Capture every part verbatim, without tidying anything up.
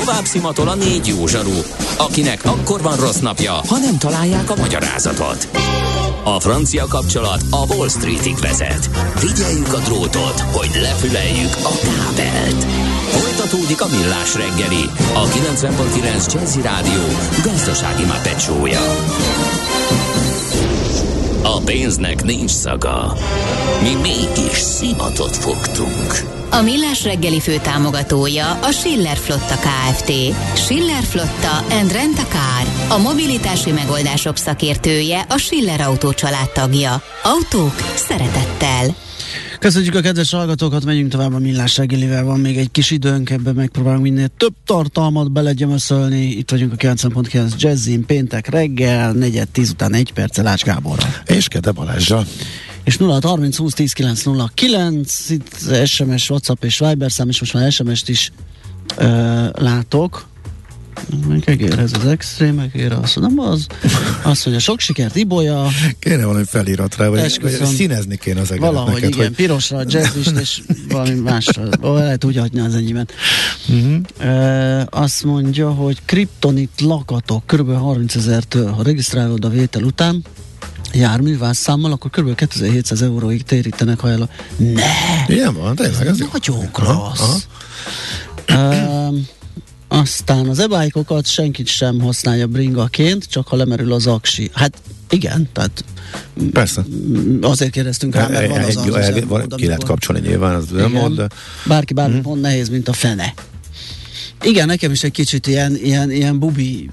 Tovább szimatol a négy jó zsaru, akinek akkor van rossz napja, ha nem találják a magyarázatot. A francia kapcsolat a Wall Streetig vezet. Figyeljük a drótot, hogy lefüleljük a kábelt. Folytatódik a Millás reggeli, a kilencven pont kilenc Jazzy Rádió gazdasági mápecsója. A pénznek nincs szaga. Mi mégis szimatot fogtunk. A Millás reggeli főtámogatója a Schiller Flotta Kft. Schiller Flotta and Rent a Car. A mobilitási megoldások szakértője, a Schiller Autó család tagja. Autók szeretettel. Köszönjük a kedves hallgatókat, megyünk tovább a Millás reggelivel, van még egy kis időnk, ebben megpróbálunk minél több tartalmat belegyömöszölni. Itt vagyunk a kilencven pont kilenc Jazzin, péntek reggel, negyed tíz után egy perccel Ács Gáborral. És Kede Balázsral. És nulla harminc húsz tíz kilenc nulla kilenc, itt es em es, WhatsApp és Viber szám, és most már es em es-t is ö, látok. Megér ez az extrém, megér az, nem az. Azt mondja, sok sikert Ibolya. Kéne valami felirat rá, vagy, vagy színezni kéne az egeret valahogy neked. Igen, hogy... pirosra a jazzist, és valami másra. Lehet úgy hagyni az enyémet. Uh-huh. E, azt mondja, hogy kriptonit lakatok kb. harmincezertől, ha regisztrálod a vétel után, járművásszámmal, akkor kb. kétezer-hétszáz euróig térítenek, ha el a... Ne! Ilyen van, tényleg, ez nagyon klassz. E, aztán az e-bike-okat senkit sem használja bringaként, csak ha lemerül az aksi. Hát igen, tehát persze. Azért kérdeztünk rá, mert van az az, az az ki lehet kapcsolni nyilván, az nem mond, de... Bárki bármi pont nehéz, mint a fene. Igen, nekem is egy kicsit ilyen, ilyen, ilyen bubi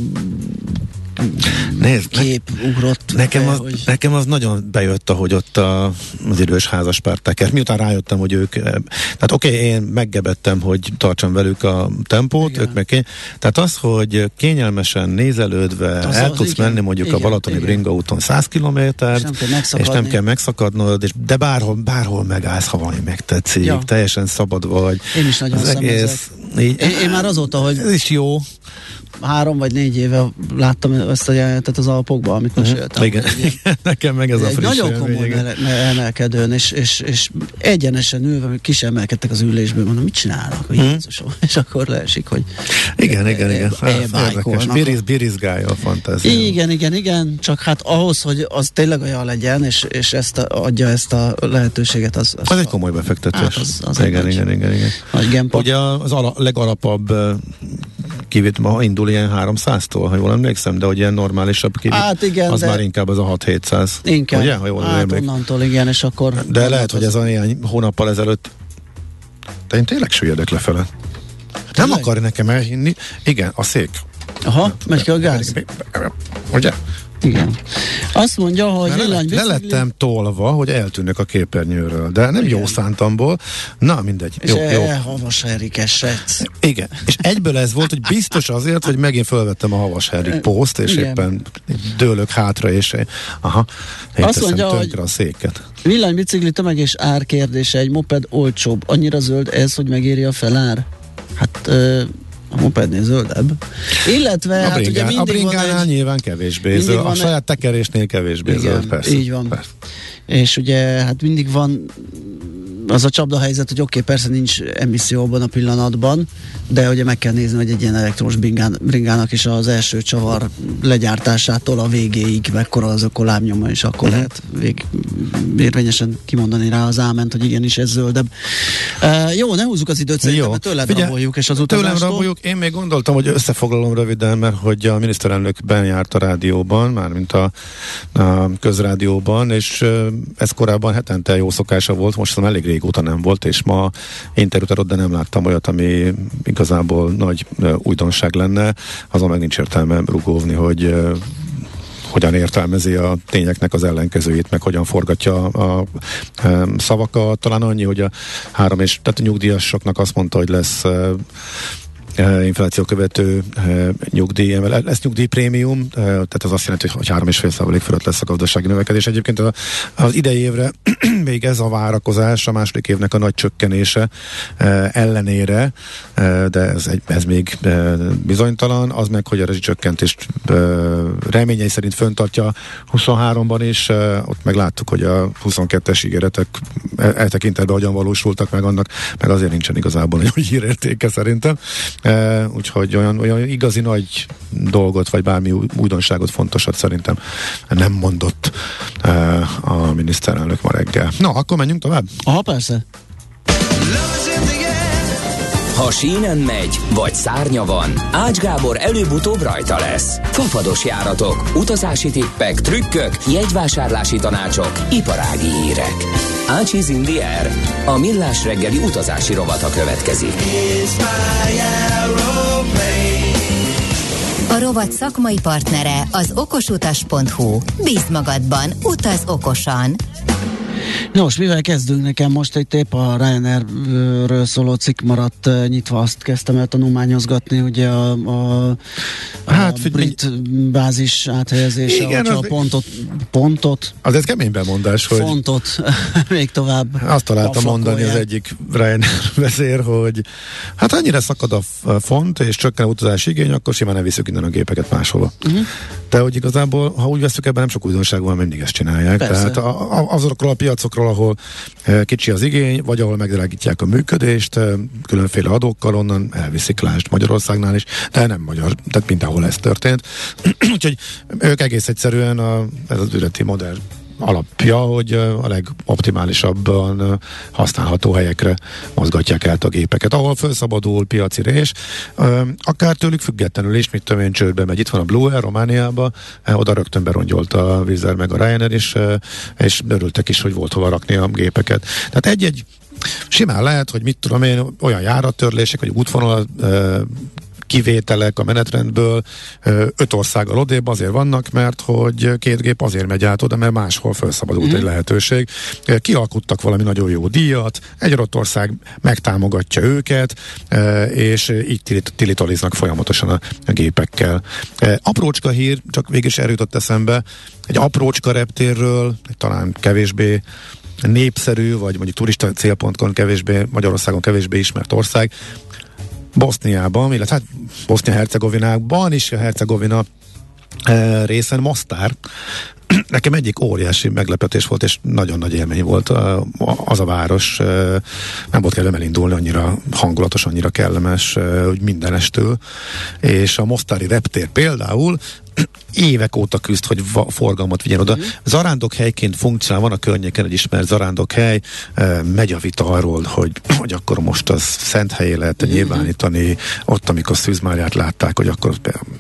Nézd, kép ne, ugrott. Nekem, be, az, hogy... nekem az nagyon bejött, ahogy ott a, az idős házaspár teker. Miután rájöttem, hogy ők, tehát oké, okay, én meggebettem, hogy tartsam velük a tempót, igen. Ők meg kény... Tehát az, hogy kényelmesen nézelődve az el az, tudsz igen, menni mondjuk igen, a Balatoni igen. Bringaúton száz kilométert, és, és nem kell megszakadnod, és de bárhol, bárhol megállsz, ha valami megtetszik, ja. Teljesen szabad vagy. Én is nagyon egész, így, én, én már azóta, hogy... Ez is jó. Három vagy négy éve láttam ezt a jelenetet az Alpokban, amit meséltem. Igen, nekem meg ez a friss nagyon komoly emelkedőn, és, és, és egyenesen ülve kis emelkedtek az ülésből, mondom, mit csinálnak? Hmm. És akkor leesik, hogy igen, e, igen, igen. Érdekes, Biriz, birizgálja a fantázia. Igen, igen, igen, csak hát ahhoz, hogy az tényleg olyan legyen, és, és ezt a, adja ezt a lehetőséget, az... Az, az egy komoly befektetés. Hát az, az igen, egy igen, igen, igen, igen. Ugye az ala, legalapabb kivét ma indul ilyen háromszáztól, ha jól emlékszem, de hogy ilyen normálisabb kivét, hát igen, az már inkább az a hat-hétszáz. Inkább, ugye, ha jól hát onnantól igen, és akkor... De lehet, hogy ez a néhány hónappal ezelőtt de én tényleg süllyedek lefele. Nem akar nekem elhinni. Igen, a szék. Aha, megy ki a gáz. Ugye? Igen. Azt mondja, hogy le, le lettem tolva, hogy eltűnök a képernyőről, de nem igen. Jó szántamból. Na, mindegy. És jó, jó. Havas Henrik eset. Igen. És egyből ez volt, hogy biztos azért, hogy megint felvettem a Havas Henrik pószt, és igen. Éppen dőlök hátra, és aha, azt mondja, hogy a széket. Villanybicikli tömeg és ár kérdése, egy moped olcsóbb. Annyira zöld ez, hogy megéri a felár? Hát... Ö- a mopednél zöldebb. Illetve, a hát bringán, ugye mindig a bringánál van egy... nyilván kevésbé zöld, a saját tekerésnél kevésbé igen, zöld, persze. Így van. Persze. És ugye, hát mindig van az a csapdahelyzet, hogy oké, okay, persze nincs emisszióban a pillanatban, de ugye meg kell nézni, hogy egy ilyen elektromos bringán, bringának is az első csavar legyártásától a végéig mekkora az ökolábnyoma, és akkor uh-huh. lehet vég, érvényesen kimondani rá az áment, hogy igenis ez zöldebb. Uh, jó, ne húzzuk az időt, szerintem, mert tőled Figyel, raboljuk, és az utazástól. Tőlem raboljuk, én még gondoltam, hogy összefoglalom röviden, mert hogy a miniszterelnök benjárt a rádióban, mármint a, a közrádióban, és ez korábban hetente jó szokása volt, most aztán elég régóta nem volt, és ma interjút adott, de nem láttam olyat, ami igazából nagy uh, újdonság lenne, azon meg nincs értelme rugóvni, hogy uh, hogyan értelmezi a tényeknek az ellenkezőjét, meg hogyan forgatja a, a, a szavakat. Talán annyi, hogy a három és, tehát a nyugdíjasoknak azt mondta, hogy lesz uh, infláció követő uh, nyugdíj, lesz nyugdíjprémium, uh, tehát az azt jelenti, hogy három és fél százalék fölött lesz a gazdasági növekedés. Egyébként az, az idei évre még ez a várakozás, a második évnek a nagy csökkenése uh, ellenére, uh, de ez, egy, ez még uh, bizonytalan, az meg, hogy a rezsicsökkentést uh, reményei szerint föntartja huszonháromban is, uh, ott meg láttuk, hogy a huszonkettes ígéretek eltekintetben hogyan valósultak meg annak, meg azért nincsen igazából egy hírértéke szerintem. úgyhogy olyan, olyan igazi nagy dolgot, vagy bármi újdonságot, fontosat szerintem nem mondott a miniszterelnök ma reggel. Na, akkor menjünk tovább? Aha, persze. Ha sínen megy, vagy szárnya van, Ács Gábor előbb-utóbb rajta lesz. Fafados járatok, utazási tippek, trükkök, jegyvásárlási tanácsok, iparági hírek. Ácsiz in the air. A millás reggeli utazási rovata következik. A rovat szakmai partnere az okosutas pont hu. Bízd magadban, utaz okosan! Nos, mivel kezdünk? Nekem most egy épp a Ryanairről szóló cikk maradt uh, nyitva, azt kezdtem el tanulmányozgatni, ugye a, a, a hát, brit figy- bázis áthelyezése, igen, az, a pontot, pontot az ez kemény bemondás, hogy fontot még tovább azt találta mondani az egyik Ryanair vezér, hogy hát annyira szakad a font, és csökken a utazási igény, akkor simán ne visszük innen a gépeket máshova. Uh-huh. De hogy igazából, ha úgy veszük, ebben nem sok újdonság van, mindig ezt csinálják. Persze. Tehát a, a, azokról a piacokról, ahol e, kicsi az igény, vagy ahol megdrágítják a működést, e, különféle adókkal onnan elviszik, lásd Magyarországnál is, de nem magyar, tehát mindenhol ez történt. Úgyhogy ők egész egyszerűen a, ez az üzleti modell alapja, hogy a legoptimálisabban használható helyekre mozgatják el a gépeket, ahol felszabadul piaci rés, akár tőlük függetlenül is, mit tudom én, csődbe megy. Itt van a Blue Air Romániában, oda rögtön berongyolt a Wizz Air meg a Ryanair is, és örültek is, hogy volt hova rakni a gépeket. Tehát egy-egy simán lehet, hogy mit tudom én, olyan járattörlések, vagy útvonal kivételek a menetrendből öt országgal odébb azért vannak, mert hogy két gép azért megy át oda, mert máshol felszabadult mm-hmm. egy lehetőség. Kialkuttak valami nagyon jó díjat, egy adott ország megtámogatja őket, és így tilitoliznak folyamatosan a gépekkel. Aprócska hír, csak végig is eljutott eszembe, egy aprócska reptérről, talán kevésbé népszerű, vagy mondjuk turista célpontkon kevésbé, Magyarországon kevésbé ismert ország, Boszniában, illetve hát Bosznia-Hercegovinában is, a Hercegovina e, részen Mostar. Nekem egyik óriási meglepetés volt, és nagyon nagy élmény volt a, az a város. E, nem volt kellene elindulni, annyira hangulatos, annyira kellemes, e, hogy mindenestől. És a mostári reptér például évek óta küzd, hogy va- forgalmat vigyen oda. Mm. Zarándokhelyként funkcionál, van a környéken egy ismert zarándokhely, e, megy a vita arról, hogy, hogy akkor most az szent helyé lehet mm. nyilvánítani, ott, amikor Szűz Máriát látták, hogy akkor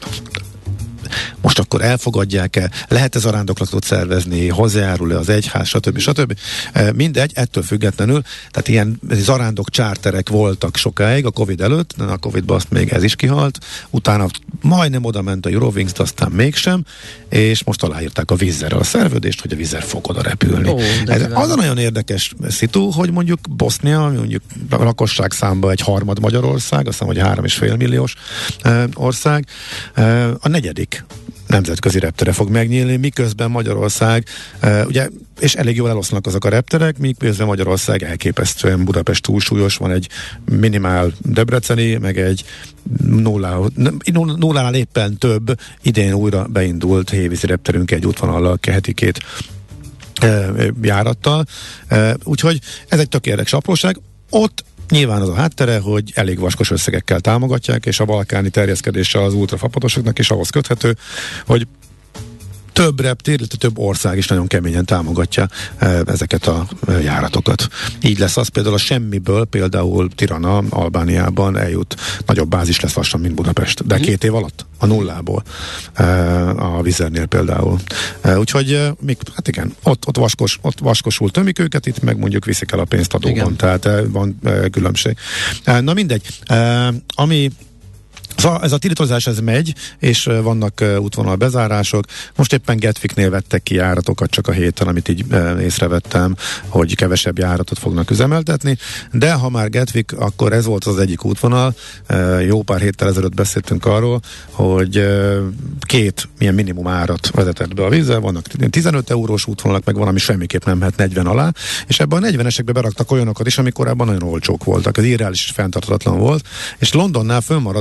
most akkor elfogadják-e, lehet-e zarándoklatot szervezni, hozzájárul-e az egyház, stb. stb. Mindegy, ettől függetlenül, tehát ilyen zarándok csárterek voltak sokáig a Covid előtt, de a Covidban azt még ez is kihalt, utána majdnem oda ment a Eurowings, de aztán mégsem, és most aláírták a Wizz Airrel a szerződést, hogy a Wizz Air fog oda repülni. Ó, ez az a nagyon érdekes szitu, hogy mondjuk Bosznia, mondjuk a lakosság számba egy harmad Magyarország, azt hiszem, hogy három és fél milliós ország, a negyedik nemzetközi reptere fog megnyílni, miközben Magyarország, uh, ugye, és elég jól eloszlanak azok a repterek, miközben Magyarország elképesztően Budapest túlsúlyos, van egy minimál debreceni, meg egy nullánál éppen több idén újra beindult hévízi repterünk egy útvonallal, heti két uh, járattal, uh, úgyhogy ez egy tök érdekes apróság. Ott nyilván az a háttere, hogy elég vaskos összegekkel támogatják, és a balkáni terjeszkedéssel az ultrafapadosoknak is ahhoz köthető, hogy több reptér, illetve több ország is nagyon keményen támogatja e, ezeket a e, járatokat. Így lesz az például a semmiből, például Tirana, Albániában eljut, nagyobb bázis lesz lassan, mint Budapest, de két év alatt, a nullából e, a Wizz Airnél például. E, úgyhogy, e, még, hát igen, ott, ott, vaskos, ott vaskosul tömik őket, itt meg mondjuk viszik el a pénzt adóban, igen. Tehát e, van e, különbség. E, na mindegy, e, ami Szóval ez a tiltozás, ez megy, és vannak uh, útvonal bezárások. Most éppen Gatwicknél vettek ki járatokat csak a héten, amit így uh, észrevettem, hogy kevesebb járatot fognak üzemeltetni, de ha már Gatwick, akkor ez volt az egyik útvonal. Uh, jó pár héttel ezelőtt beszéltünk arról, hogy uh, két milyen minimum árat vezetett be a Wizz Air, vannak tizenöt eurós útvonalak, meg van, ami semmiképp nem mehet negyven alá, és ebben a negyvenesekbe beraktak olyanokat is, ami korábban nagyon olcsók voltak. Ez irreális és fenntarthatatlan volt, és Londonnál fönnmaradt elég sok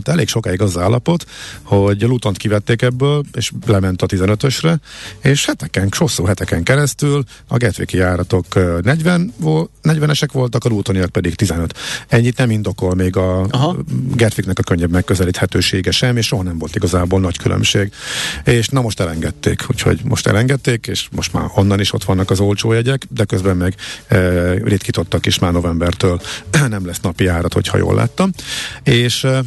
sokáig az állapot, hogy Lutont kivették ebből, és lement a tizenötösre, és heteken, hosszú heteken keresztül a Gatwicki járatok negyven, negyvenesek voltak, a Lutoniak pedig tizenöt. Ennyit nem indokol még a Aha. Gatwicknek a könnyebb megközelíthetősége sem, és soha nem volt igazából nagy különbség. És na most elengedték, úgyhogy most elengedték, és most már onnan is ott vannak az olcsó jegyek, de közben meg e, ritkítottak is már novembertől nem lesz napi járat, hogyha jól láttam. És e,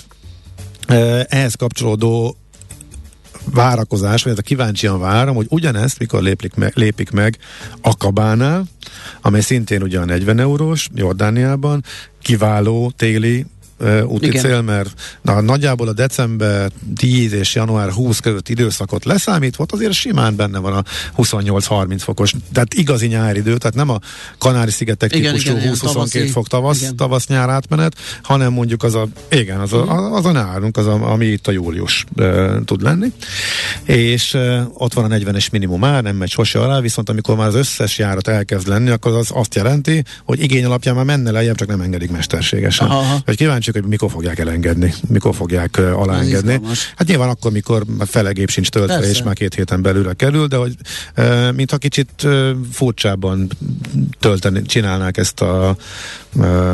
e, ehhez kapcsolódó várakozás, vagy ez a kíváncsian várom, hogy ugyanezt mikor lépik meg, lépik meg Akabánál, amely szintén ugyan negyven eurós, Jordániában, kiváló téli Uh, úti Igen. cél, mert na, nagyjából a december tíz és január húsz között időszakot leszámítva, azért simán benne van a huszonnyolc harminc fokos, tehát igazi nyáridő, tehát nem a Kanári-szigetek igen, típusú húsz-huszonkettő fok tavasz, tavasz-nyár átmenet, hanem mondjuk az a, igen, az a, az a nyárunk, az a, ami itt a július uh, tud lenni. És uh, ott van a negyvenes minimum már, nem megy sose alá, viszont amikor már az összes járat elkezd lenni, akkor az azt jelenti, hogy igény alapján már menne lejjebb, csak nem engedik mesterségesen. Hogy kíváncsi, hogy mikor fogják elengedni, mikor fogják uh, aláengedni. Hát nyilván akkor, mikor fele gép sincs töltve, Persze. és már két héten belülre kerül, de hogy uh, mintha kicsit uh, furcsában tölteni, csinálnák ezt a uh,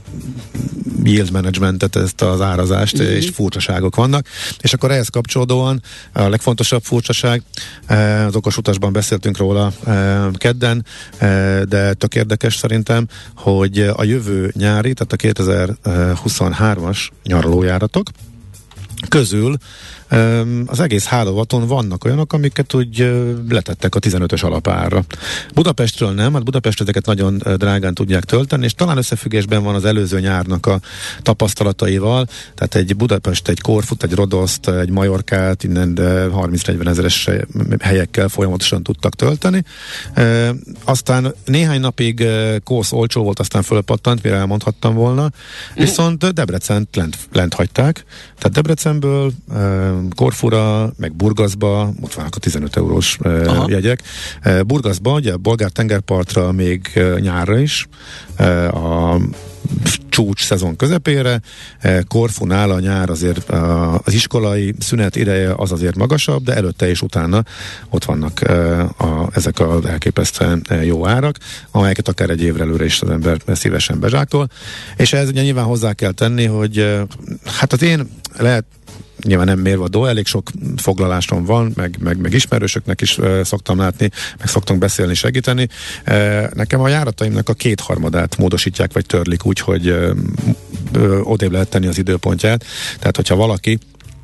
yield managementet, ezt az árazást, mm-hmm. és furcsaságok vannak. És akkor ehhez kapcsolódóan a legfontosabb furcsaság, az okos utasban beszéltünk róla kedden, de tök érdekes szerintem, hogy a jövő nyári, tehát a kétezer-huszonhármas nyaralójáratok közül az egész hálózaton vannak olyanok, amiket úgy letettek a tizenötös alapárra. Budapestről nem, hát Budapest ezeket nagyon drágán tudják tölteni, és talán összefüggésben van az előző nyárnak a tapasztalataival, tehát egy Budapest, egy Korfut, egy Rodoszt, egy Majorkát, innen harminc-negyven ezeres helyekkel folyamatosan tudtak tölteni. E, aztán néhány napig Kósz olcsó volt, aztán fölpattant, mire elmondhattam volna, viszont Debrecent lent, lent hagyták, tehát Debrecenből Korfura, meg Burgaszba, ott vannak a tizenöt eurós uh, jegyek. Uh, Burgaszba, ugye a bolgár tengerpartra még uh, nyárra is, uh, a csúcs szezon közepére, Korfunál a nyár azért az iskolai szünet ideje az azért magasabb, de előtte és utána ott vannak a, ezek az elképesztően jó árak, amelyeket akár egy évre előre is az ember szívesen bezsáktol. És ez ugye nyilván hozzá kell tenni, hogy hát az én lehet nyilván nem mérvadó, elég sok foglalásom van, meg, meg, meg ismerősöknek is uh, szoktam látni, meg szoktunk beszélni, segíteni. Uh, nekem a járataimnak a kétharmadát módosítják, vagy törlik úgy, hogy uh, uh, odébb lehet tenni az időpontját. Tehát, hogyha valaki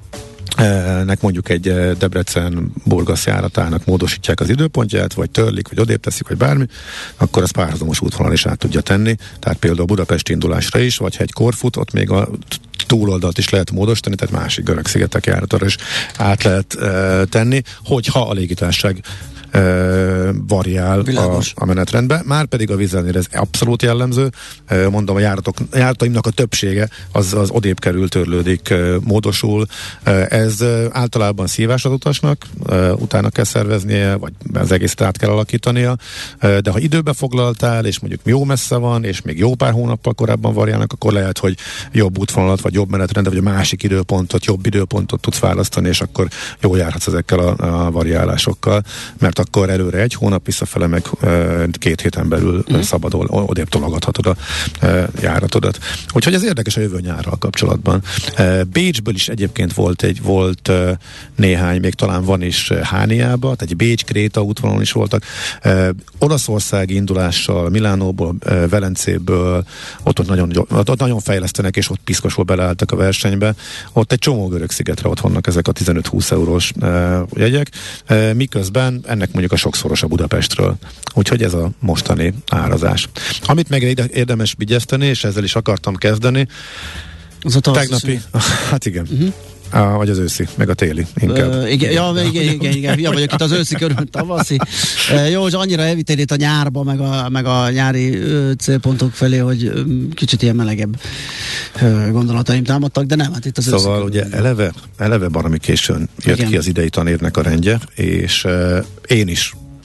nek mondjuk egy Debrecen-Burgasz járatának módosítják az időpontját, vagy törlik, vagy odébb teszik, vagy bármi, akkor az párhuzamos útvonal is át tudja tenni. Tehát például Budapest indulásra is, vagy ha egy Korfut, ott még a túloldalt is lehet módosítani, tehát másik Görög-szigetek járatára is át lehet uh, tenni, hogyha a légitársaság Uh, variál a, a menetrendbe, már pedig a Wizz-nél ez abszolút jellemző, uh, mondom a járatok, járataimnak a többsége az, az odébb kerül, törlődik, uh, módosul, uh, ez uh, általában szívás az utasnak, uh, utána kell szerveznie, vagy az egészet át kell alakítania, uh, de ha időbe foglaltál, és mondjuk jó messze van, és még jó pár hónappal korábban variálnak, akkor lehet, hogy jobb útvonalat, vagy jobb menetrendet, vagy a másik időpontot, jobb időpontot tudsz választani, és akkor jól járhatsz ezekkel a, a variálásokkal, mert akkor előre egy hónap, visszafele meg e, két héten belül mm. szabadul odébb tologathatod a e, járatodat. Úgyhogy ez érdekes a jövő nyárral kapcsolatban. E, Bécsből is egyébként volt egy, volt e, néhány, még talán van is Hániába, tehát egy Bécs-Kréta útvonalon is voltak. E, Olaszországi indulással, Milánóból, e, Velencéből, ott, ott, nagyon, ott, ott nagyon fejlesztenek, és ott piszkosul beleálltak a versenybe. Ott egy csomó Görög-szigetre ott vannak ezek a tizenöt-húsz eurós e, jegyek, e, miközben ennek mondjuk a sokszoros a Budapestről. Úgyhogy ez a mostani árazás. Amit meg érdemes vigyeszteni, és ezzel is akartam kezdeni, az a tegnapi, hát igen, uh-huh. A, vagy az őszi, meg a téli inkább. Ö, igen, ja, igen, igen, igen, ja, vagyok itt az őszi körül, tavaszi. E, jó, hogy annyira elvitél itt a nyárba, meg a, meg a nyári ö, célpontok felé, hogy ö, kicsit ilyen melegebb ö, gondolataim támadtak, de nem, hát itt az szóval őszi ugye eleve, eleve baromi későn jött igen. ki az idei tanévnek a rendje, és e, én is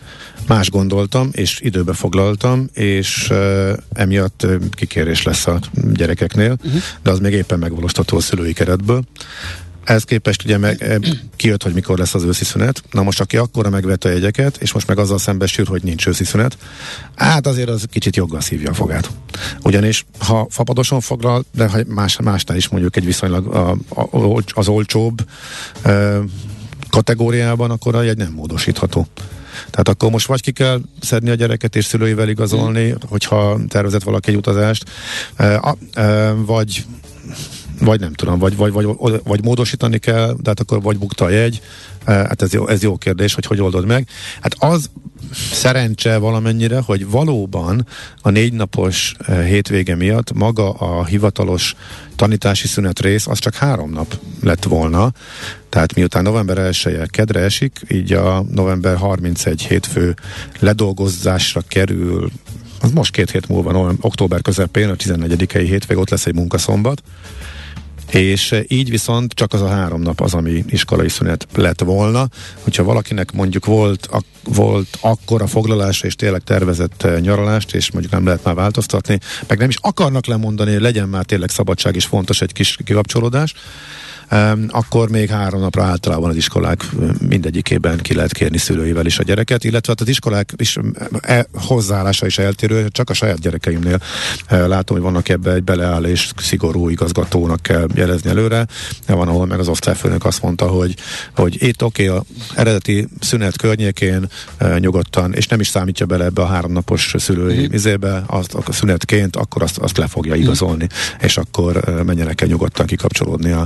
más gondoltam, és időbe foglaltam, és uh, emiatt uh, kikérés lesz a gyerekeknél, uh-huh. de az még éppen megvalósítható a szülői keretből. Ehhez képest ugye meg, kijött, hogy mikor lesz az őszi szünet. Na most, aki akkora megvette a jegyeket, és most meg azzal szembesül, hogy nincs őszi szünet, hát azért az kicsit joggal szívja a fogát. Ugyanis, ha fapadoson foglal, de ha más, másnál is mondjuk egy viszonylag a, a, az olcsóbb e, kategóriában, akkor a jegy nem módosítható. Tehát akkor most vagy ki kell szedni a gyereket és szülőivel igazolni, mm. hogyha tervezett valaki egy utazást, e, e, vagy vagy nem tudom, vagy, vagy, vagy, vagy módosítani kell, de hát akkor vagy bukta a jegy, hát ez jó, ez jó kérdés, hogy hogy oldod meg. Hát az szerencse valamennyire, hogy valóban a négy napos hétvége miatt maga a hivatalos tanítási szünet rész, az csak három nap lett volna, tehát miután november elseje kedre esik, így a november harmincegy hétfő ledolgozásra kerül, az most két hét múlva, október közepén, a tizennegyedikei hétvég, ott lesz egy munkaszombat, és így viszont csak az a három nap az, ami iskolai szünet lett volna. Hogyha valakinek mondjuk volt, ak- volt akkora foglalása és tényleg tervezett nyaralást, és mondjuk nem lehet már változtatni, meg nem is akarnak lemondani, hogy legyen már tényleg szabadság, és fontos egy kis kikapcsolódás, Um, akkor még három napra általában az iskolák mindegyikében ki lehet kérni szülőivel is a gyereket, illetve az iskolák is e, hozzáállása is eltérő, csak a saját gyerekeimnél e, látom, hogy vannak ebbe egy beleáll és szigorú igazgatónak kell jelezni előre, de van, ahol meg az osztályfőnök azt mondta, hogy, hogy itt oké, okay, a eredeti szünet környékén e, nyugodtan, és nem is számítja bele ebbe a háromnapos szülői mm. izébe, azt a szünetként, akkor azt, azt le fogja igazolni, mm. és akkor e, menjenek el nyugodtan kikapcsolódni a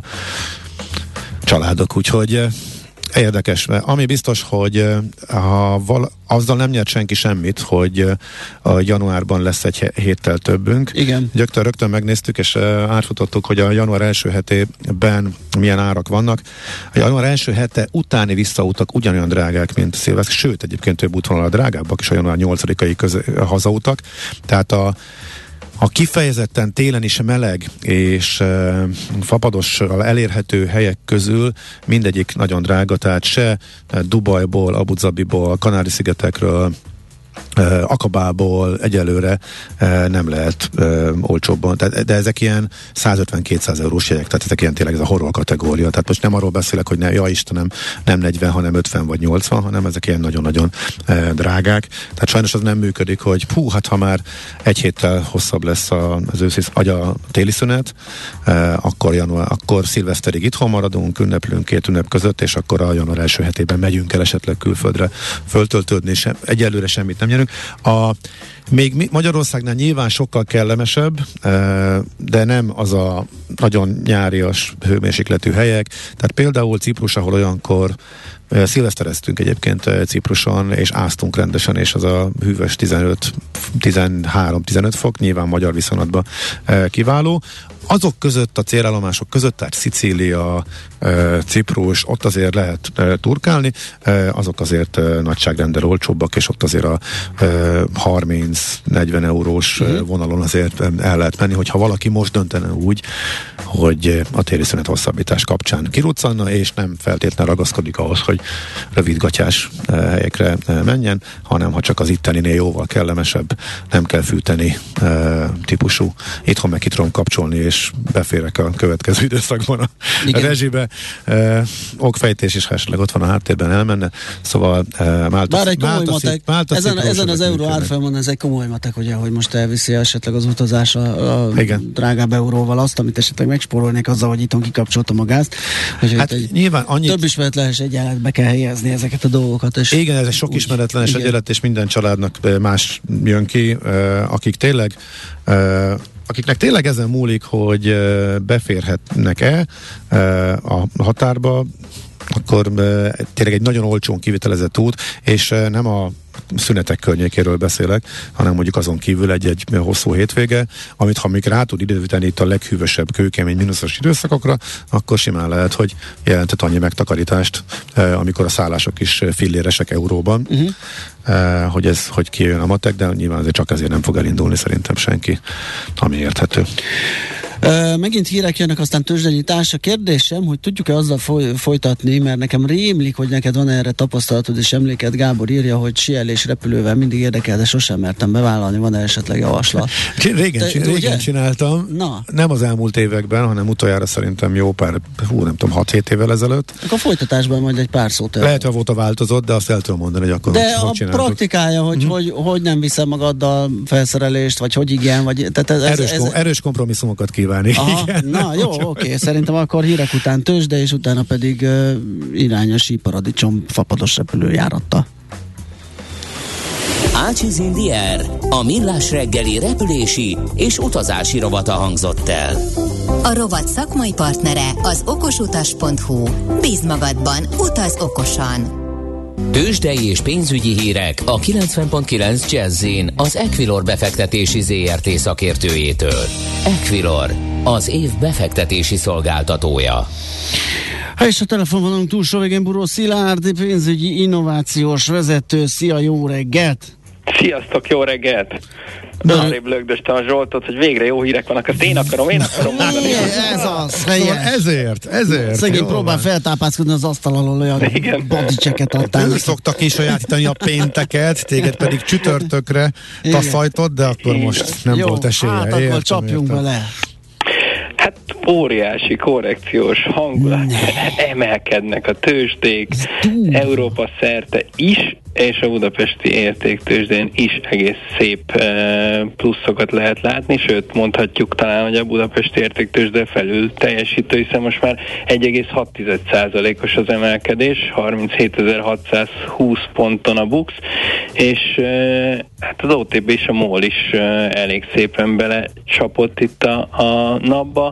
családok, úgyhogy érdekes. Ami biztos, hogy ha val- azzal nem nyert senki semmit, hogy a januárban lesz egy héttel többünk. Igen. Rögtön, rögtön megnéztük, és átfutottuk, hogy a január első hetében milyen árak vannak. A január első hete utáni visszautak ugyanolyan drágák, mint szilveszter, sőt, egyébként több útvonalra drágábbak is a január nyolcadikai köz- hazautak. Tehát a A kifejezetten télen is meleg és e, fapadossal elérhető helyek közül mindegyik nagyon drága, tehát se Dubajból, Abu Dhabiból, Kanári-szigetekről, Uh, Akabából egyelőre uh, nem lehet uh, olcsóbban, de, de ezek ilyen százötven-kétszáz eurós jegyek, tehát ezek ilyen tényleg ez a horror kategória, tehát most nem arról beszélek, hogy ne, ja Istenem, nem negyven, hanem ötven vagy nyolcvan, hanem ezek ilyen nagyon-nagyon uh, drágák, tehát sajnos az nem működik, hogy hú, hát ha már egy héttel hosszabb lesz az őszi, vagy a téli szünet, uh, akkor január, akkor szilveszterig itthon maradunk, ünneplünk két ünnep között, és akkor a január első hetében megyünk el esetleg külföldre föltöltődni, és egyelőre semmit nem nyerünk. A, még Magyarországnál nyilván sokkal kellemesebb, de nem az a nagyon nyárias hőmérsékletű helyek. Tehát például Ciprus, ahol olyankor szilvesztereztünk egyébként Cipruson, és áztunk rendesen, és az a hűvös tizenöt, tizenhárom, tizenöt fok, nyilván magyar viszonylatban kiváló. Azok között, a célállomások között, tehát Szicília, Ciprus, ott azért lehet turkálni, azok azért nagyságrendel olcsóbbak, és ott azért a harminc-negyven eurós vonalon azért el lehet menni, hogyha valaki most döntene úgy, hogy a téli szünet hosszabbítás kapcsán kiruccanna, és nem feltétlenül ragaszkodik ahhoz, hogy rövidgatyás helyekre menjen, hanem ha csak az itteninél jóval kellemesebb, nem kell fűteni típusú, itthon meg ki tudom kapcsolni, és beférek a következő időszakban a Igen. rezsibe. Eh, okfejtés is esetleg ott van a háttérben, elmenne. Szóval eh, Málta, Bár egy komoly Málta, matek, Málta ezen, ezen az euró árfolyamon ez egy komoly matek, ugye, hogy most elviszi esetleg az utazás a, a drágább euróval azt, amit esetleg megspórolnék azzal, hogy itthon kikapcsoltam a gázt. Hát egy nyilván annyit... Több ismeretlenes egyenletbe kell helyezni ezeket a dolgokat. És igen, ez egy sok ismeretlenes egyenlet, és minden családnak más jön ki, eh, akik tényleg eh, akiknek tényleg ezen múlik, hogy beférhetnek-e a határba, akkor tényleg egy nagyon olcsón kivitelezett út, és nem a szünetek környékéről beszélek, hanem mondjuk azon kívül egy-egy hosszú hétvége, amit ha még rá tud idővíteni itt a leghűvösebb, kőkemény, mínuszos időszakokra, akkor simán lehet, hogy jelentett annyi megtakarítást, amikor a szállások is filléresek euróban, uh-huh. hogy ez, hogy kijön a matek, de nyilván azért csak ezért nem fog elindulni szerintem senki, ami érthető. Uh, megint hírek jönnek, aztán tőzsdenyítás. A kérdésem, hogy tudjuk-e azzal foly- folytatni, mert nekem rémlik, hogy neked van erre tapasztalatod és emléked. Gábor írja, hogy síelés repülővel mindig érdekel, de sosem mertem bevállalni. Van-e esetleg javaslat? Régen, Te, régen ugye? csináltam. Na. Nem az elmúlt években, hanem utoljára szerintem jó pár, hú, nem tudom, hat-hét évvel ezelőtt. Akkor a folytatásban majd egy pár szót el. Lehet, hogy volt a változott, de azt el tudom mondani, hogy akkor de hogy a praktikája, hogy, mm. hogy hogy nem viszem magaddal felszerelést, vagy hogy igen, vagy... Tehát ez, erős, ez, ez, erős kompromisszumokat kívánni. Aha, na jó, oké, okay. Szerintem akkor hírek után tőzsde, és utána pedig uh, irány a síparadicsom fapados repülőjáratta. Ácsiz Indier, a millás reggeli repülési és utazási rovata hangzott el. A rovat szakmai partnere az okosutas pont hu. Bízd magadban, utaz okosan! Tőzsdei és pénzügyi hírek a kilencven pont kilenc Jazz-in az Equilor befektetési zé er té szakértőjétől. Equilor, az év befektetési szolgáltatója. Ha és a telefonvonalunk túlsó végén Buró Szilárd, pénzügyi innovációs vezető. Szia, jó reggelt! Sziasztok, jó reggelt! Arrébb lögdöstem a Zsoltot, hogy végre jó hírek vannak, azt én akarom, én akarom mondani. Ez az, szóval ezért, ezért. Szegény próbál feltápászkodni az asztal alól, olyan bodychecket adtál. Ő szokta kisajátítani a pénteket, téged pedig csütörtökre taszajtott, de akkor igen. Most nem jó, volt esélye. Hát akkor értem, csapjunk értem. bele. Hát óriási korrekciós hangulat, emelkednek a tőzsdék, Európa szerte is, és a budapesti értéktőzsdén is egész szép e, pluszokat lehet látni, sőt mondhatjuk talán, hogy a budapesti értéktőzsde felül teljesítő, hiszen most már egy egész hat százalékos az emelkedés, harminchétezer-hatszázhúsz ponton a BUX, és e, hát az o té pé és a MOL is e, elég szépen belecsapott itt a, a napba,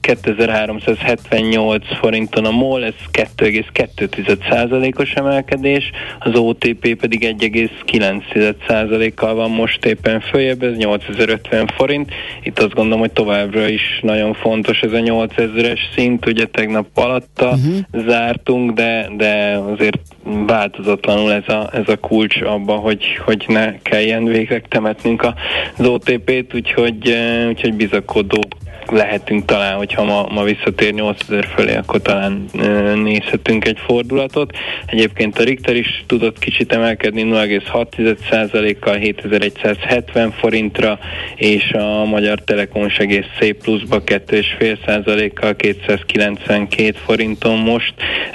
kétezer-háromszázhetvennyolc forinton a MOL, ez két egész kettő százalékos emelkedés, az o té pé pedig egy egész kilenc százalékkal van most éppen följebb, ez nyolcezer-ötven forint. Itt azt gondolom, hogy továbbra is nagyon fontos ez a nyolcezeres szint, ugye tegnap alatta uh-huh. zártunk, de, de azért változatlanul ez a, ez a kulcs abban, hogy, hogy ne kelljen végleg temetnünk az o té pét, úgyhogy, úgyhogy bizakodó lehetünk talán, hogyha ma, ma visszatér nyolcezer fölé, akkor talán e, nézhetünk egy fordulatot. Egyébként a Richter is tudott kicsit emelkedni nulla egész hat százalékkal hétezer-egyszázhetven forintra, és a Magyar Telekom is egész szép pluszba két egész öt százalékkal kétszázkilencvenkét forinton most.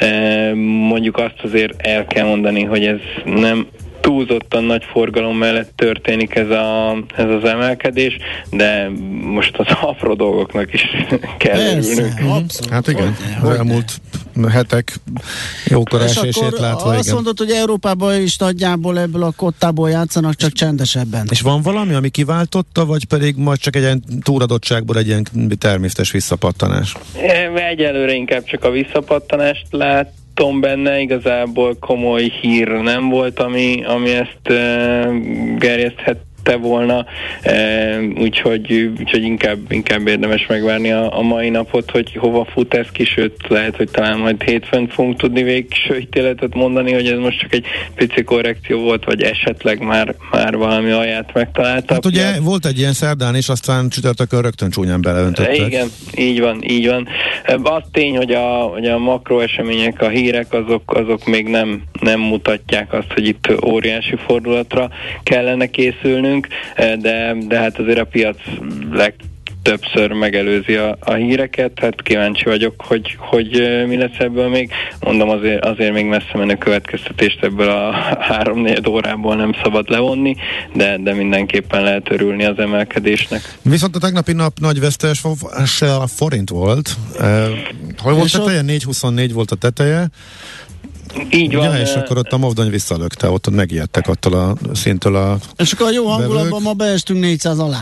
E, mondjuk azt azért el kell mondani, hogy ez nem túlzottan nagy forgalom mellett történik ez, a, ez az emelkedés, de most az apró dolgoknak is kell örülnünk. Hát igen, az elmúlt hetek jókor esését látva. Azt igen. mondod, hogy Európában is nagyjából ebből a kottából játszanak, csak csendesebben. És van valami, ami kiváltotta, vagy pedig majd csak egy ilyen túradottságból egy ilyen természetes visszapattanás? Egyelőre inkább csak a visszapattanást lát, Tom benne, igazából komoly hír nem volt, ami, ami ezt uh, gerjeszthette volna, uh, úgyhogy, úgyhogy inkább, inkább érdemes megvárni a, a mai napot, hogy hova fut ez ki, sőt lehet, hogy talán majd hétfőn fogunk tudni végső ítéletet mondani, hogy ez most csak egy pici korrekció volt, vagy esetleg már, már valami alját megtaláltak. Hát ugye ja. volt egy ilyen szerdán, és aztán csütörtökön rögtön csúnyán beleöntöttek. Igen, így van, így van. Az tény, hogy a, hogy a makroesemények, a hírek, azok, azok még nem, nem mutatják azt, hogy itt óriási fordulatra kellene készülnünk, de, de hát azért a piac legtöbbször megelőzi a, a híreket, hát kíváncsi vagyok, hogy, hogy mi lesz ebből még. Mondom, azért, azért még messze menő következtetést ebből a három-négy órából nem szabad levonni, de, de mindenképpen lehet örülni az emelkedésnek. Viszont a tegnapi nap nagy vesztes a forint volt. Hol volt teteje? négy huszonnégy volt a teteje. Így van. Ja, és akkor ott a Movdony visszalökte, ott megijedtek attól a szintől a és akkor a jó hangulatban ma beestünk négyszáz alá.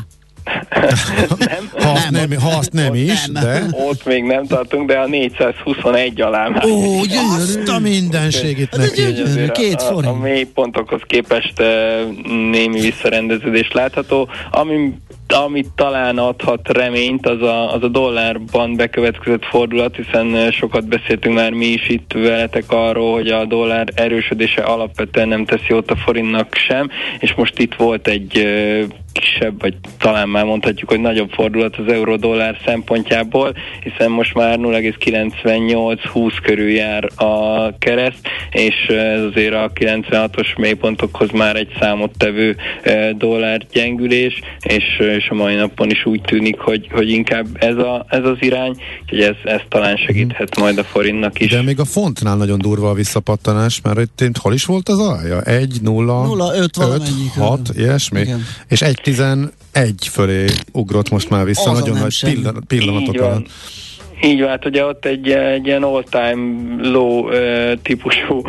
nem, ha, azt nem, nem, ha azt nem is, nem. De... Ott még nem tartunk, de a négyszázhuszonegy alá már. Ó, azt a mindenségét neki. Két forint. A, a mély pontokhoz képest uh, némi visszarendeződés látható. Ami amit talán adhat reményt, az a, az a dollárban bekövetkezett fordulat, hiszen sokat beszéltünk már mi is itt veletek arról, hogy a dollár erősödése alapvetően nem teszi jót a forintnak sem, és most itt volt egy kisebb, vagy talán már mondhatjuk, hogy nagyobb fordulat az euró-dollár szempontjából, hiszen most már nulla egész kilencvennyolc húsz körül jár a kereszt, és ez azért a kilencvenhatos mélypontokhoz már egy számottevő dollár gyengülés, és, és a mai napon is úgy tűnik, hogy, hogy inkább ez, a, ez az irány, úgyhogy ez, ez talán segíthet majd a forintnak is. De még a fontnál nagyon durva a visszapattanás, mert itt hol is volt az alja? egy nulla öt hat, ilyesmi? Igen. És egy tizenegy fölé ugrott most már vissza, az nagyon nagy pillan- pillanatok alatt. Így van, hát ugye ott egy, egy ilyen all-time low uh, típusú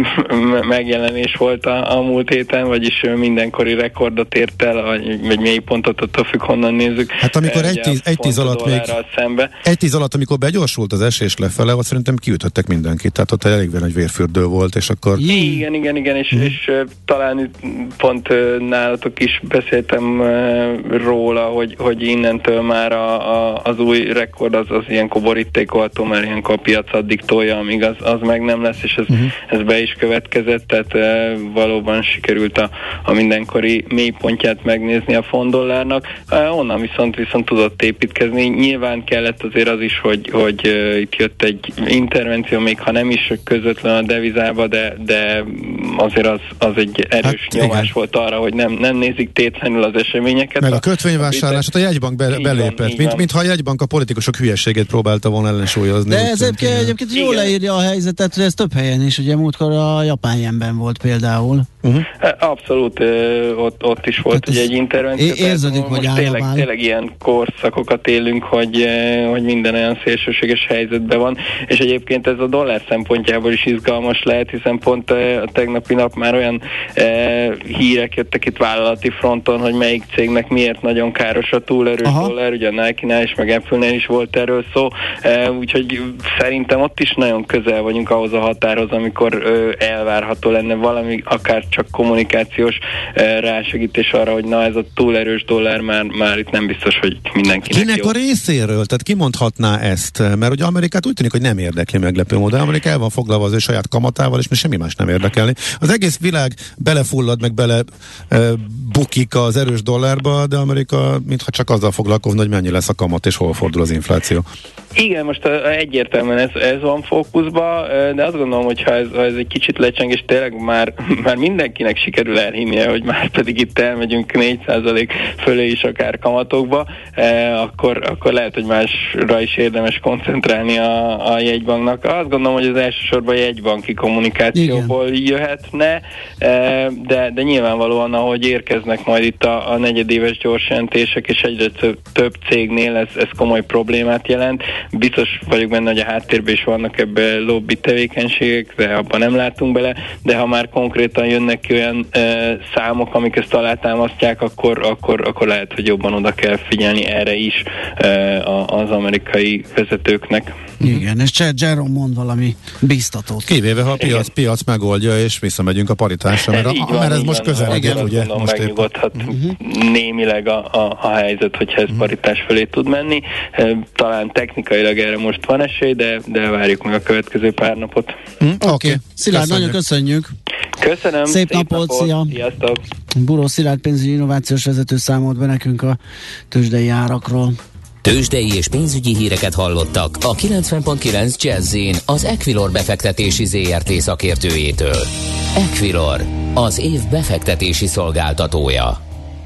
megjelenés volt a, a múlt héten, vagyis mindenkori rekordot ért el, vagy mély pontot, attól függ, honnan nézzük. Hát amikor egy tíz, egy tíz alatt még, szembe. egy tíz alatt, amikor begyorsult az esés lefele, ott szerintem kiütöttek mindenkit, tehát ott elég nagy vérfürdő volt, és akkor... Igen, igen, igen, és, hmm. és uh, talán pont uh, nálatok is beszéltem uh, róla, hogy, hogy innentől már a, a, az új rekord az, az ilyenkor borítékolható, mert ilyenkor a piac addig tolja, amíg az, az meg nem lesz, és ez, uh-huh. ez be is következett, tehát e, valóban sikerült a, a mindenkori mélypontját megnézni a fontdollárnak. E, onnan viszont viszont tudott építkezni. Nyilván kellett azért az is, hogy, hogy e, itt jött egy intervenció, még ha nem is közvetlen a devizába, de, de azért az, az egy erős hát, nyomás igen. volt arra, hogy nem, nem nézik tétlenül az eseményeket. Meg a kötvényvásárlását a jegybank be, belépett, mint, mintha a jegybank a politikusok hülyeségét próbál volna ellensúlyozni. De ez egyébként, egyébként jól leírja a helyzetet, hogy ez több helyen is, ugye múltkor a japán jenben volt például. Uh-huh. Abszolút, ott, ott is volt ugye egy intervenció. Érződik, hogy tényleg, tényleg ilyen korszakokat élünk, hogy, hogy minden olyan szélsőséges helyzetben van, és egyébként ez a dollár szempontjából is izgalmas lehet, hiszen pont a tegnapi nap már olyan e, hírek jöttek itt vállalati fronton, hogy melyik cégnek miért nagyon káros a túlerős Aha. dollár, ugye a Nike-nál is, meg Apple-nél is volt erről szó, e, úgyhogy szerintem ott is nagyon közel vagyunk ahhoz a határhoz, amikor ö, elvárható lenne valami, akár csak kommunikációs e, rásegítés arra, hogy na ez a túlerős dollár már, már itt nem biztos, hogy mindenkinek Kinek jó. a részéről? Tehát ki mondhatná ezt? Mert ugye Amerikát úgy tűnik, hogy nem érdekli meglepő módon. Amerika el van foglalva az ő saját kamatával, és mi semmi más nem érdekelni. Az egész világ belefullad, meg bele e, bukik az erős dollárba, de Amerika mintha csak azzal foglalkozna, hogy mennyi lesz a kamat, és hol fordul az infláció. Igen, most egyértelműen ez, ez van fókuszba, de azt gondolom, hogy ha ez, ha ez egy kicsit lecseng, és tényleg már, már mindenkinek sikerül elhinnie, hogy már pedig itt elmegyünk négy százalék fölé is akár kamatokba, eh, akkor, akkor lehet, hogy másra is érdemes koncentrálni a, a jegybanknak. Azt gondolom, hogy az elsősorban jegybanki kommunikációból Igen. jöhetne, eh, de, de nyilvánvalóan, ahogy érkeznek majd itt a, a negyedéves gyorsjelentések, és egyre több, több cégnél ez, ez komoly problémát jelent. Biztos vagyok benne, hogy a háttérben is vannak ebben lobby tevékenységek, de abban nem látunk bele, de ha már konkrétan jönnek ki olyan e, számok, amik ezt alátámasztják, akkor, akkor, akkor lehet, hogy jobban oda kell figyelni erre is e, az amerikai vezetőknek. Igen, és Jerome mond valami biztatót. Kivéve, ha a piac, piac megoldja, és visszamegyünk a paritásra, mert, a, van, mert ez most közeledett, ugye? Mondom, most megnyugodhat uh-huh. némileg a, a, a helyzet, hogyha ez uh-huh. paritás felé tud menni. Talán technikailag erre most van esély, de, de várjuk meg a következő pár napot. Uh-huh. Oké, okay. Szilárd, nagyon köszönjük. Köszönöm. Szép, szép napot, napot, szia. Sziasztok. Buró Szilárd pénzügyi innovációs vezető számolt be nekünk a tőzsdei árakról. Tőzsdei és pénzügyi híreket hallottak a kilencven pont kilenc Jazz-in az Equilor befektetési zé er té szakértőjétől. Equilor, az év befektetési szolgáltatója.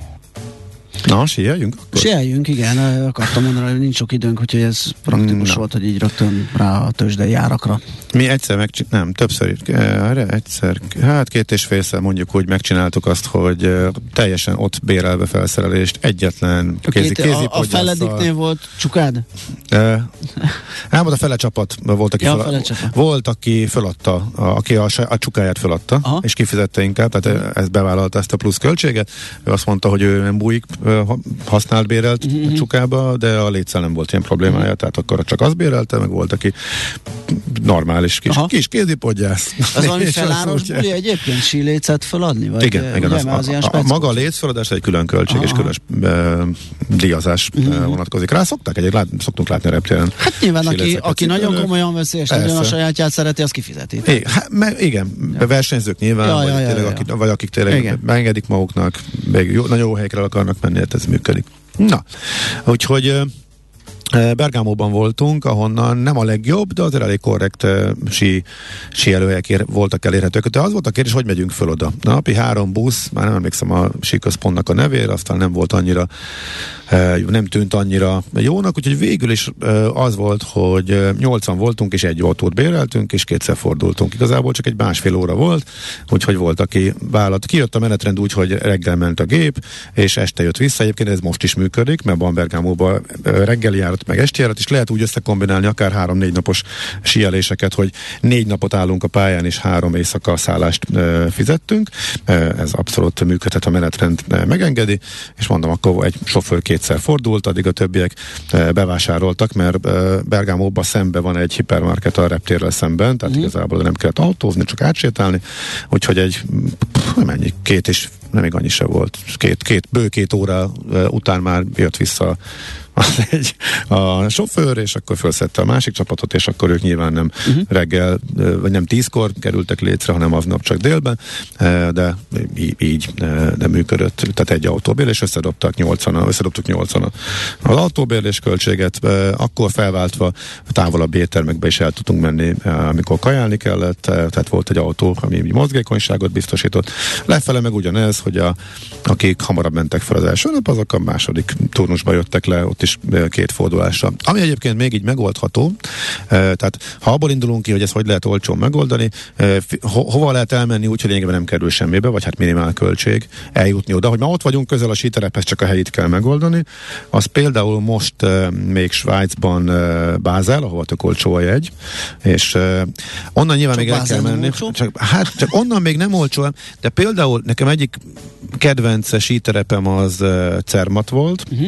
Na, sieljünk akkor? Sieljünk, igen. Akartam mondani, hogy nincs sok időnk, úgyhogy ez praktikus Na. volt, hogy így rögtön rá a tőzsdei árakra. Mi egyszer megcsináltuk, nem, többször, erre egyszer, hát két és félszer mondjuk úgy megcsináltuk azt, hogy teljesen ott bérelve felszerelést, egyetlen kézi, kézi A, a felediknél volt csukád? Nem, a fele csapat volt, aki, ja, föl, fele csapat. volt, aki föladta, a, aki a, a csukáját föladta, Aha. és kifizette inkább, tehát ez bevállalta ezt a plusz költséget. Ő azt mondta, hogy ő nem bújik használt bérelt uh-huh. csukába, de a létszel nem volt ilyen problémája, uh-huh. tehát akkor csak azt bérelte, meg volt, aki normális kis, kis kézipodgyász. Az valami feláros buli egyébként sílécet feladni? Vagy igen, igen az, az, az a, a maga a létszfeladás egy külön költség aha. és külön e, díjazás uh-huh. vonatkozik rá. Szokták egyébként, lát, szoktunk látni a reptéren. Hát nyilván, aki, aki nagyon komolyan veszi, és nagyon a sajátját szereti, az kifizeti. É, hát, me, igen, ja. versenyzők nyilván, ja, vagy, ja, tényleg, ja, ja. Akik, vagy akik tényleg beengedik maguknak, még jó, nagyon jó helyekre akarnak menni, hát ez működik. Na, úgyhogy Bergámóban voltunk, ahonnan nem a legjobb, de azért elég korrekt uh, sí, síelőhelyek ér, voltak elérhetők. De az volt a kérdés, hogy megyünk föl oda. Napi három busz, már nem emlékszem a síközpontnak a nevére, aztán nem volt annyira, uh, nem tűnt annyira jónak, úgyhogy végül is uh, az volt, hogy uh, nyolcan voltunk, és egy autót béreltünk, és kétszer fordultunk. Igazából csak egy másfél óra volt, úgyhogy volt, aki vállalt. Kijött a menetrend úgy, hogy reggel ment a gép, és este jött vissza. Egyébként ez most is működik, mert van Bergámóban uh, reggeli járat meg esti járat, és lehet úgy összekombinálni akár három-négy napos síeléseket, hogy négy napot állunk a pályán, és három éjszaka szállást e, fizettünk. E, ez abszolút működhet, a menetrend e, megengedi, és mondom, akkor egy sofőr kétszer fordult, addig a többiek e, bevásároltak, mert e, Bergámóban szembe van egy hipermarket a reptérrel szemben, tehát mm. igazából nem kellett autózni, csak átsétálni, úgyhogy egy nem ennyi, két és nem még annyi se volt. Két, két, bő két óra e, után már jött vissza az egy a sofőr, és akkor felszedte a másik csapatot, és akkor ők nyilván nem uh-huh. reggel, vagy nem tízkor kerültek létre, hanem aznap csak délben, de így nem működött, tehát egy autóbérlés, és összedobtak nyolcvan, összedobtuk nyolcvan az autóbérlés költséget, akkor felváltva távolabb éttermekbe is el tudtunk menni, amikor kajálni kellett, tehát volt egy autó, ami mozgékonyságot biztosított. Lefele meg ugyanez, hogy a, akik hamarabb mentek fel az első nap, azok a második turnusba jöttek le, ott is két fordulásra. Ami egyébként még így megoldható, tehát ha abból indulunk ki, hogy ezt hogy lehet olcsón megoldani, ho- hova lehet elmenni úgy, hogy lényegében nem kerül semmibe, vagy hát minimál költség eljutni oda, hogy már ott vagyunk közel a síterephez, csak a helyét kell megoldani. Az például most még Svájcban Bázel, ahol tök olcsó a jegy, és onnan nyilván csak még el kell menni. Csak, hát csak onnan még nem olcsó, de például nekem egyik kedvenc síterepem az Zermatt volt, uh-huh.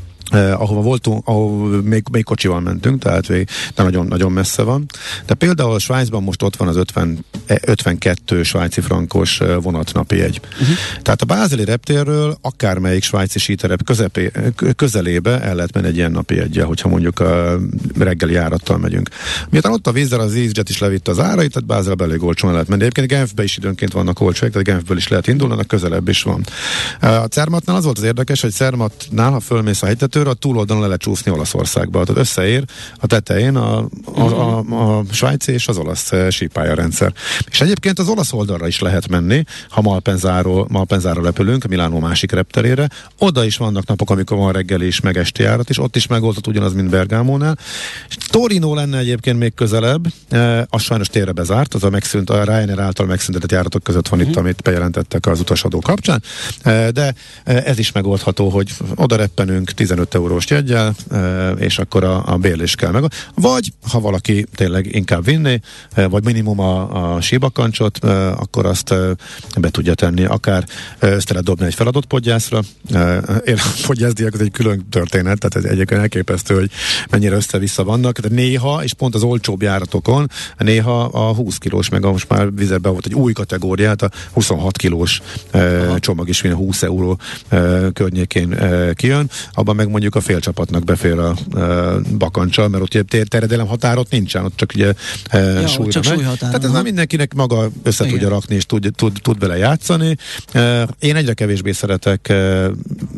Uh, ahova voltunk, ahol még, még kocsival mentünk, tehát de nagyon, nagyon messze van. De például Svájcban most ott van az ötven, ötvenkettő svájci frankos vonatnapi jegy. Uh-huh. Tehát a bázeli reptérről akármelyik svájci síterep közepé, közelébe el lehet menni egy ilyen napi jeggyel, hogyha mondjuk a reggeli járattal megyünk. Miután ott a vízzel az EasyJet is levitte az árait, tehát Bázelbe elég olcsón lehet menni. Egyébként Genfbe is időnként vannak olcsók, tehát Genfből is lehet indulni, közelebb is van. A Zermattnál az volt az érdekes, hogy Zermattnál, ha fölmész a hegytetőre, a túloldalon le lehet csúszni Olaszországba. Tehát összeér a tetején a, a, a, a svájci és az olasz sípályarendszer. És egyébként az olasz oldalra is lehet menni, ha Malpensáról, Malpensáról repülünk, a Milánó másik repterére. Oda is vannak napok, amikor van reggeli is, meg esti járat, és ott is megoldott ugyanaz, mint Bergámónál. És Torino lenne egyébként még közelebb, e, az sajnos térre bezárt, az a megszűnt, a Ryanair által megszüntetett járatok között van itt, amit bejelentettek az utasadó kapcsán, e, de ez is megoldható, hogy oda reppenünk tizenöt eurós jeggyel, és akkor a, a bérlés kell meg. Vagy, ha valaki tényleg inkább vinné, vagy minimum a, a síbakancsot, akkor azt be tudja tenni, akár össze lehet dobni egy feladott podgyászra. Én a podgyászdiak az egy külön történet, tehát ez egyébként elképesztő, hogy mennyire össze-vissza vannak, de néha, és pont az olcsóbb járatokon, néha a húsz kilós, meg a most már vizerbe volt egy új kategóriát, a huszonhat kilós Aha. csomag is húsz euró környékén kijön, abban meg mondjuk a fél csapatnak befér a e, bakancsal, mert ott ugye terjedelem határot nincsen, ott csak ugye e, ja, súlyra csak megy. Tehát ez már mindenkinek maga össze Igen. tudja rakni, és tud, tud, tud vele játszani. E, én egyre kevésbé szeretek e,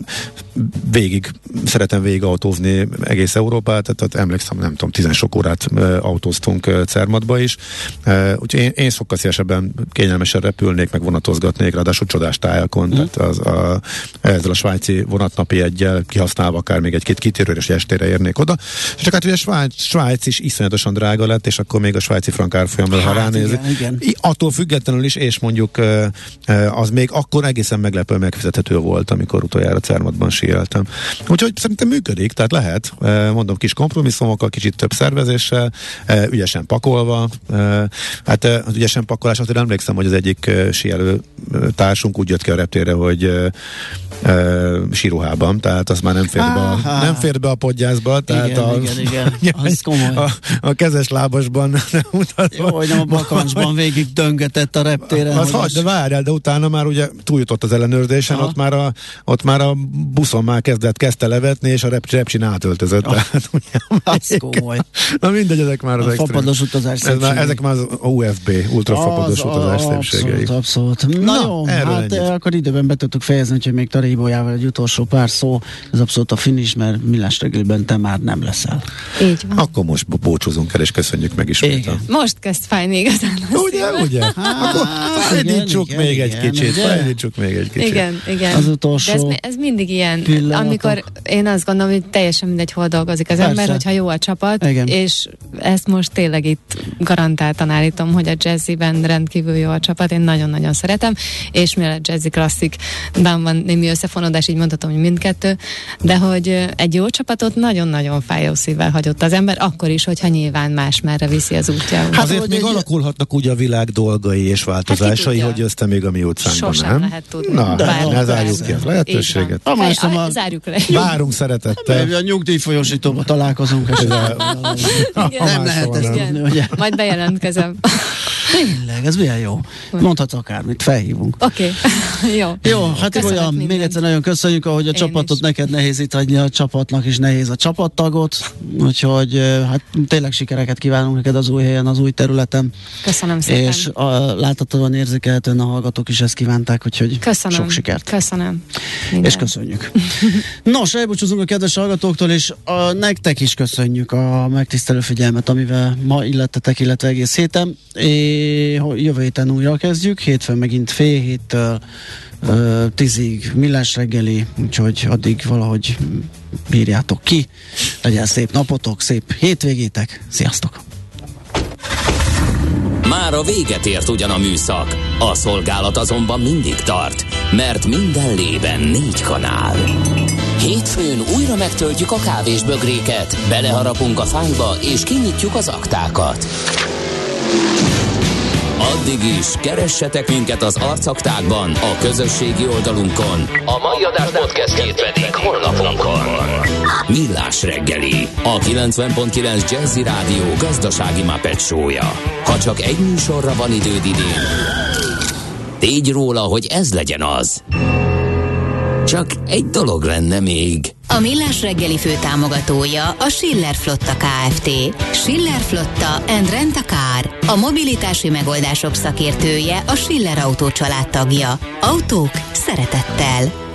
végig, szeretem végig autózni egész Európát, tehát, tehát emlékszem, nem tudom, tizen sok órát e, autóztunk e, Zermattba is. E, úgyhogy én, én sokkal szívesebben kényelmesen repülnék, meg vonatozgatnék, ráadásul csodás tájakon, mm. tehát az, a, ezzel a svájci vonatnapi egyel kihasználva akár még egy-két kitérőre és estére érnék oda. És csak hát ugye Svájc, Svájc is iszonyatosan drága lett, és akkor még a svájci frank árfolyamra, hát, ha ránézik. Igen, igen. Attól függetlenül is, és mondjuk az még akkor egészen meglepő megfizethető volt, amikor utoljára Zermattban síeltem. Úgyhogy szerintem működik, tehát lehet, mondom, kis kompromisszumokkal, kicsit több szervezéssel, ügyesen pakolva. Hát az ügyesen pakolás, azért emlékszem, hogy az egyik síelő társunk úgy jött ki a reptérre, hogy síruhában, tehát az már nem fér be a, nem fér be a podgyászba, tehát igen, a, igen, igen. Az komoly. A, a kezes lábasban nem mutatva. Jó, hogy nem a bakancsban végig döngetett a reptéren. Az hagy, de várjál, de utána már ugye túljutott az ellenőrzésen, ott már, a, ott már a buszon már kezdett, kezdte levetni, és a rep, repcsin átöltözött. Oh, tehát, ugye, az komoly. Na mindegy, ezek már az a extrém. fapados utazás szépségei. Ezek már az u ef bé, ultrafapados utazás szépségei. Abszolút, abszolút. Na, Na jó, hát ennyit. Akkor időben be tudtuk fejezni, hogy még Tarébolyával egy utolsó pár szó. Ez abszolút a finish, mert Millás reggeliben te már nem leszel. Így van. Akkor most búcsúzunk el, és köszönjük meg ismét. A... Most kezd fájni igazán. Ugye, ugye? Hát, akkor fájdítsuk még igen, egy kicsit. Fájdítsuk még egy kicsit. Igen, igen. Az utolsó De ez, ez mindig ilyen, pillanatok. Amikor én azt gondolom, hogy teljesen mindegy, hol dolgozik az Persze. ember, hogyha jó a csapat, igen. és ezt most tényleg itt garantáltan állítom, hogy a jazziben rendkívül jó a csapat, én nagyon-nagyon szeretem, és mivel a jazzi klasszikban van némi összefonódás, így mondhatom, hogy mindkettő, de hogy egy jó csapatot nagyon-nagyon fájó szívvel hagyott az ember, akkor is, hogyha nyilván más merre viszi az útjául. Hát azért még egy... alakulhatnak úgy a világ dolgai és változásai, hát hogy ezt még a mi utcánkban sosem nem. lehet tudni. Na, ne zárjuk ki a lehetőséget. A más a... a... Zárjuk le. Várunk szeretettel. A nyugdíjfolyosítóba találkozunk. Nem lehet ezt tudni, ugye? Majd bejelentkezem. Tényleg, ez milyen jó. Mondhatsz akármit, felhívunk. Oké, okay. Jó. Jó, hát olyan, még egyszer nagyon köszönjük, ahogy a Én csapatot is. Neked nehéz itt hagyni, a csapatnak is nehéz a csapattagot, úgyhogy hát tényleg sikereket kívánunk neked az új helyen, az új területen. Köszönöm szépen. És a, láthatóan érzékelhetően a hallgatók is ezt kívánták, úgyhogy köszönöm. Sok sikert. Köszönöm. Minden. És köszönjük. Nos, elbúcsúzunk a kedves hallgatóktól, és a, nektek is köszönjük a megtisztelő figyelmet, amivel ma illettetek, illetve egész héten. É, jövő héten újra kezdjük, hétfőn megint fél héttől uh, tízig Millás reggeli, úgyhogy addig valahogy bírjátok ki. Legyen szép napotok, szép hétvégétek. Sziasztok! Már a véget ért ugyan a műszak, a szolgálat azonban mindig tart, mert minden lében négy kanál. Hétfőn újra megtöltjük a kávésbögréket, beleharapunk a fányba és kinyitjuk az aktákat. Addig is keressetek minket az arcaktákban, a közösségi oldalunkon. A mai adás podcastjét pedig honlapunkon. Millás reggeli, a kilencven pont kilenc Jazzy Rádió gazdasági Muppet show-ja. Ha csak egy műsorra van időd idén, tégy róla, hogy ez legyen az. Csak egy dolog lenne még. A Millás reggeli fő támogatója a Schiller Flotta Kft. Schiller Flotta and Rent a Car. A mobilitási megoldások szakértője, a Schiller Autó család tagja. Autók szeretettel.